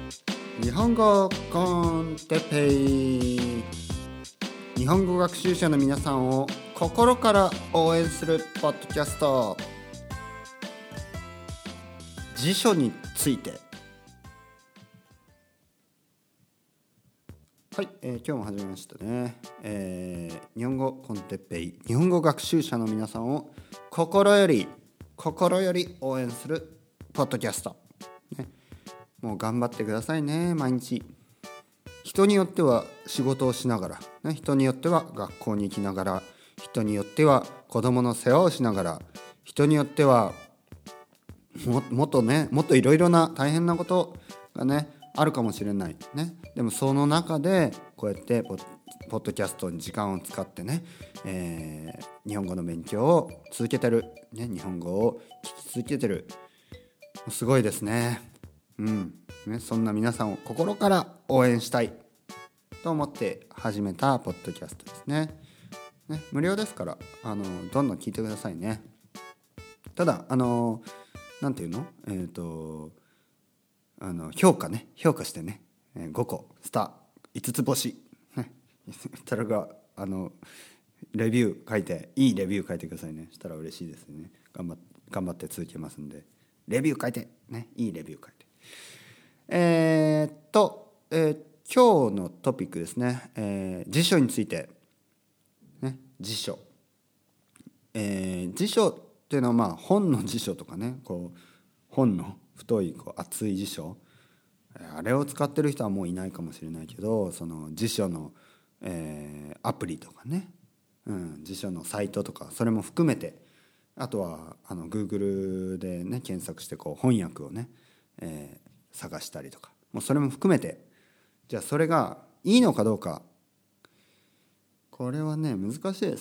日本語コンテペイ。日本語学習者の皆さんを心から応援するポッドキャスト。辞書について。はい、今日も始めましたね。日本語コンテペイ、日本語学習者の皆さんを心より応援するポッドキャスト、ね、もう頑張ってくださいね。毎日人によっては仕事をしながら、ね、人によっては学校に行きながら、人によっては子供の世話をしながら、人によってはもっといろいろな大変なことがねあるかもしれないね。でもその中でこうやってポッドキャストに時間を使ってね、日本語の勉強を続けてる、ね、日本語を聞き続けてる。すごいですね。そんな皆さんを心から応援したいと思って始めたポッドキャストですね。無料ですからどんどん聞いてくださいね。ただなんていうの、評価してね、5個スター5つ星それがレビュー書いて、いいレビュー書いてくださいね。したら嬉しいですね。頑張って続けますんで、レビュー書いてね、いいレビュー書いて。今日のトピックですね。辞書について、ね、辞書、辞書っていうのは本の辞書とかね、こう本の太い厚い辞書、あれを使ってる人はもういないかもしれないけど、その辞書の、アプリとかね、辞書のサイトとか、それも含めて、あとはGoogle でね検索して翻訳をね、探したりとか、もうそれも含めて、じゃあそれがいいのかどうか、これはね難しいです。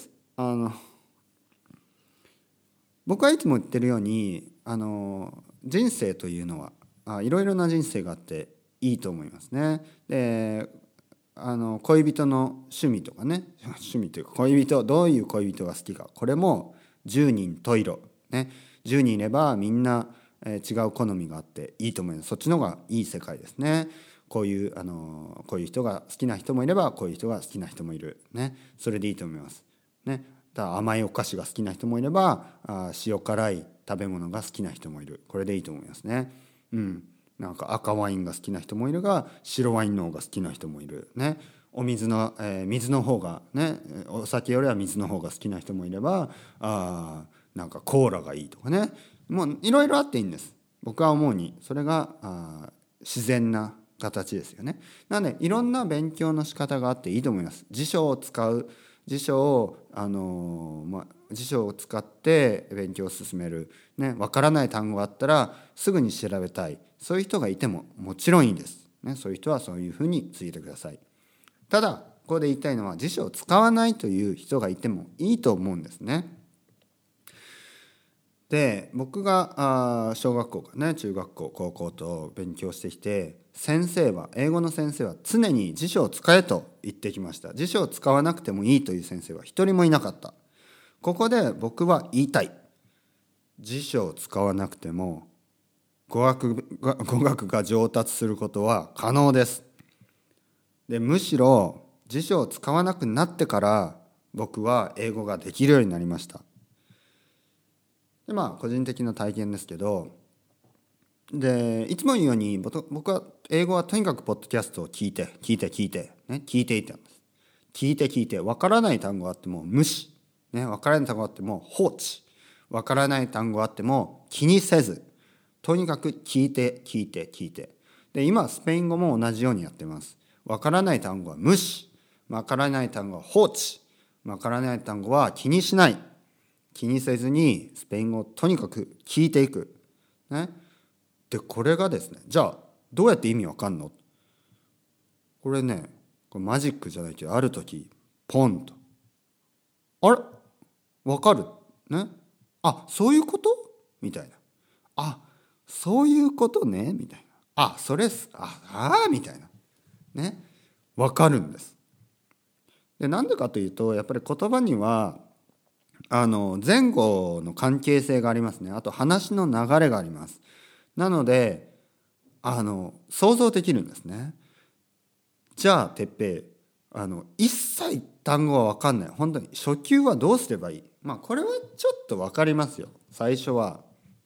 僕はいつも言ってるように人生というのはいろいろな人生があっていいと思いますね。で恋人の趣味とかね、趣味というか恋人、どういう恋人が好きか、これも10人十色、ね、10人いればみんな違う好みがあっていいと思います。そっちの方がいい世界ですね。こういう人が好きな人もいれば、こういう人が好きな人もいる、ね、それでいいと思います、ね。だから甘いお菓子が好きな人もいれば、塩辛い食べ物が好きな人もいる、これでいいと思いますね。なんか赤ワインが好きな人もいるが、白ワインの方が好きな人もいる、ね。水の方がね、お酒よりは水の方が好きな人もいれば、なんかコーラがいいとかね、もういろいろあっていいんです。僕は思うにそれが自然な形ですよね。なのでいろんな勉強の仕方があっていいと思います。辞書を使って勉強を進める、ね、分からない単語があったらすぐに調べたい、そういう人がいてももちろんいいんです、ね。そういう人はそういうふうに続けてください。ただここで言いたいのは、辞書を使わないという人がいてもいいと思うんですね。で僕が小学校からね、中学校高校と勉強してきて、英語の先生は常に辞書を使えと言ってきました。辞書を使わなくてもいいという先生は一人もいなかった。ここで僕は言いたい。辞書を使わなくても語学が上達することは可能です。でむしろ辞書を使わなくなってから僕は英語ができるようになりました。で個人的な体験ですけど、でいつも言うように僕は英語はとにかくポッドキャストを聞いて、ね、聞いていたんです。聞いて分からない単語があっても無視、ね、分からない単語があっても放置、分からない単語があっても気にせず、とにかく聞いて。で今スペイン語も同じようにやってます。分からない単語は無視、分からない単語は放置、分からない単語は気にしない、気にせずにスペイン語をとにかく聞いていく、ね。でこれがですね、じゃあどうやって意味わかんの？これマジックじゃないけど、ある時ポンと、あれわかるね、そういうことみたいな、そういうことねみたいな、それみたいなね、わかるんです。でなんでかというと、やっぱり言葉には前後の関係性がありますね。あと話の流れがあります。なので想像できるんですね。じゃあてっぺい一切単語は分かんない。本当に初級はどうすればいい。これはちょっと分かりますよ、最初は。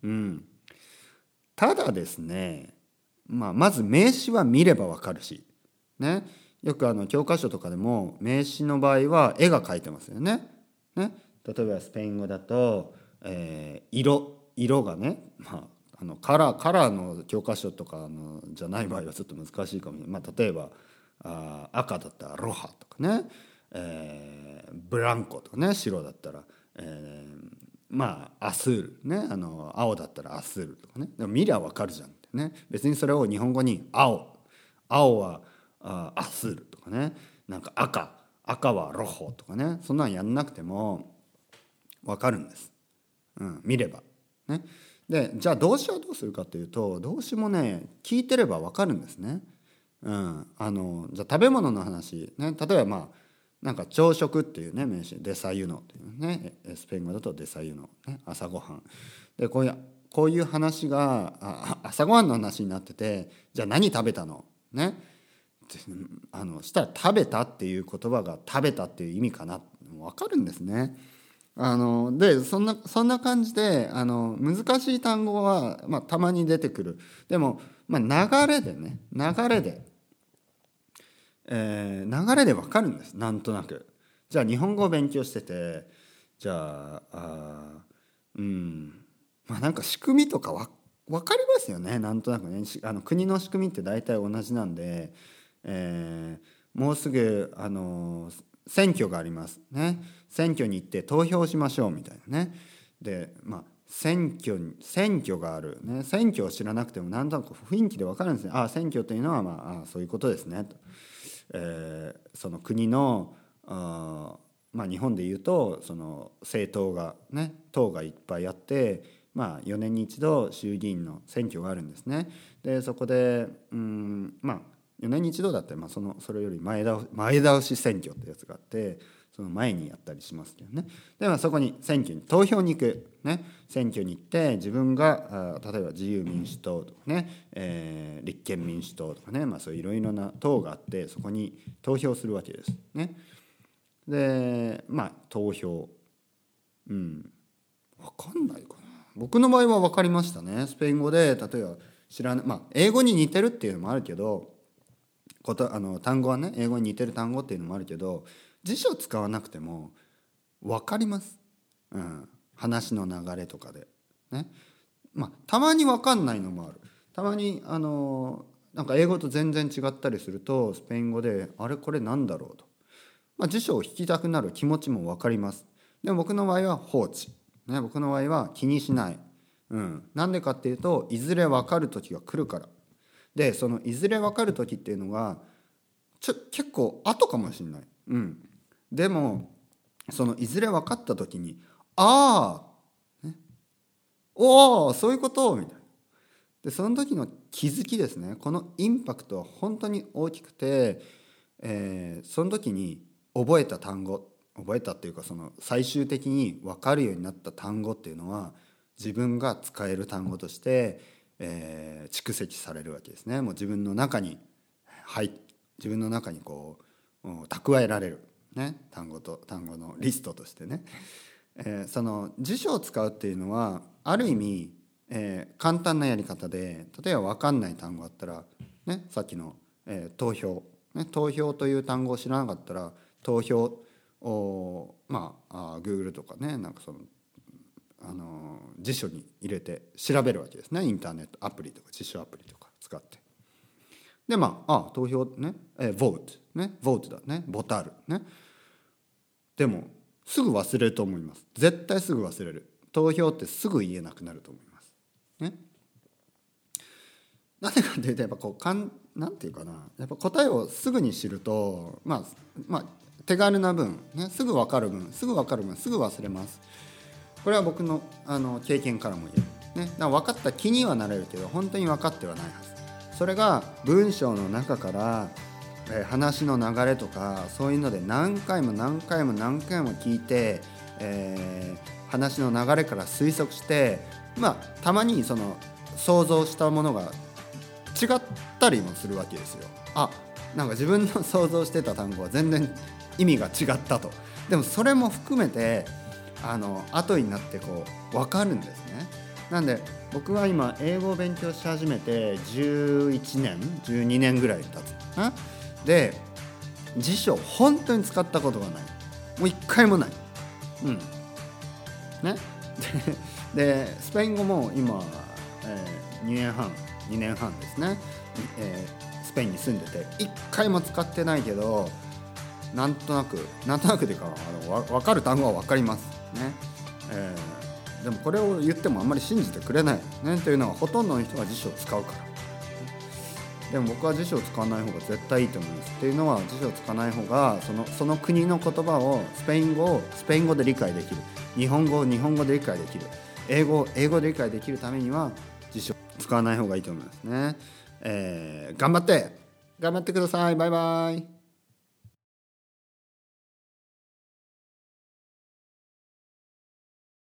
ただですね、まず名詞は見れば分かるし、ね、よく教科書とかでも名詞の場合は絵が描いてますよね。例えばスペイン語だと、色がね、カラーの教科書とかじゃない場合はちょっと難しいかもしれない。例えば赤だったらロハとかね、ブランコとかね、白だったら、アスールね、青だったらアスールとかね。でも見りゃ分かるじゃんってね。別にそれを日本語に青はアスールとかね、なんか赤はロホとかね、そんなんやんなくても分かるんです、見ればね。でじゃあ動詞はどうするかというと、動詞もね聞いてれば分かるんですね。じゃあ食べ物の話ね、例えばなんか朝食っていうね名詞、デサユノっていうね、スペイン語だとデサユノ、ね、朝ごはんで、こういう話が朝ごはんの話になってて、じゃあ何食べたのね、したら食べたっていう言葉が食べたっていう意味かな、分かるんですね。でそんな感じで難しい単語は、たまに出てくる。でも、流れで分かるんです、なんとなく。じゃあ日本語を勉強してて、じゃあなんか仕組みとか分かりますよね、なんとなくね。国の仕組みって大体同じなんで、もうすぐ選挙がありますね。選挙に行って投票しましょうみたいなね。で選挙がある、ね、選挙を知らなくてもなんとなく雰囲気で分かるんですね。選挙というのはそういうことですねと。その国の日本でいうとその政党がね、党がいっぱいあって、4年に一度衆議院の選挙があるんですね。でそこで4年に一度だって、それより前倒し選挙ってやつがあって、その前にやったりしますけどね。でそこに投票に行く、ね、選挙に行って自分が例えば自由民主党とかね、立憲民主党とかね、そういういろいろな党があって、そこに投票するわけですね。で投票分かんないかな。僕の場合は分かりましたね。スペイン語で例えば知らない、英語に似てるっていうのもあるけど、単語はね英語に似てる単語っていうのもあるけど、辞書使わなくても分かります、話の流れとかでね。たまに分かんないのもある。たまになんか英語と全然違ったりすると、スペイン語でこれなんだろうと、辞書を引きたくなる気持ちも分かります。でも僕の場合は放置、ね、僕の場合は気にしない、なんでかっていうと、いずれ分かる時が来るから。でそのいずれ分かる時っていうのが結構後かもしれない、でもそのいずれ分かった時にそういうことみたいな。でその時の気づきですね。このインパクトは本当に大きくて、その時に覚えたっていうか、その最終的に分かるようになった単語っていうのは自分が使える単語として、蓄積されるわけですね。もう自分の中にこう蓄えられる、ね、単語のリストとしてね。その辞書を使うっていうのはある意味、簡単なやり方で、例えば分かんない単語あったら、ね、さっきの、投票、ね、投票という単語を知らなかったら投票をGoogle とかね、なんかその辞書に入れて調べるわけですね。インターネットアプリとか辞書アプリとか使って。で投票ね、vote ね、vote だね、ボタルね。でもすぐ忘れると思います。絶対すぐ忘れる。投票ってすぐ言えなくなると思いますね。なぜかというと、やっぱなんていうかな、やっぱ答えをすぐに知ると手軽な分、ね、すぐ分かる分すぐ忘れます。これは僕の経験からも言える、ね、だから分かった気にはなれるけど本当に分かってはないはず。それが文章の中から、話の流れとかそういうので何回も聞いて、話の流れから推測して、たまにその想像したものがったりもするわけですよ。なんか自分の想像してた単語は全然意味が違ったと。でもそれも含めて後になって分かるんですね。なんで僕は今英語を勉強し始めて11年12年ぐらい経つかな。で辞書本当に使ったことがない、もう一回もない。ねでスペイン語も今、2年半ですね、スペインに住んでて一回も使ってないけど、なんとなくというか分かる単語は分かりますね。でもこれを言ってもあんまり信じてくれないね、というのはほとんどの人が辞書を使うから。でも僕は辞書を使わない方が絶対いいと思います。っていうのは辞書を使わない方がその国の言葉をスペイン語で理解できる、日本語で理解できる、英語で理解できるためには辞書を使わない方がいいと思いますね。頑張ってください。バイバイ。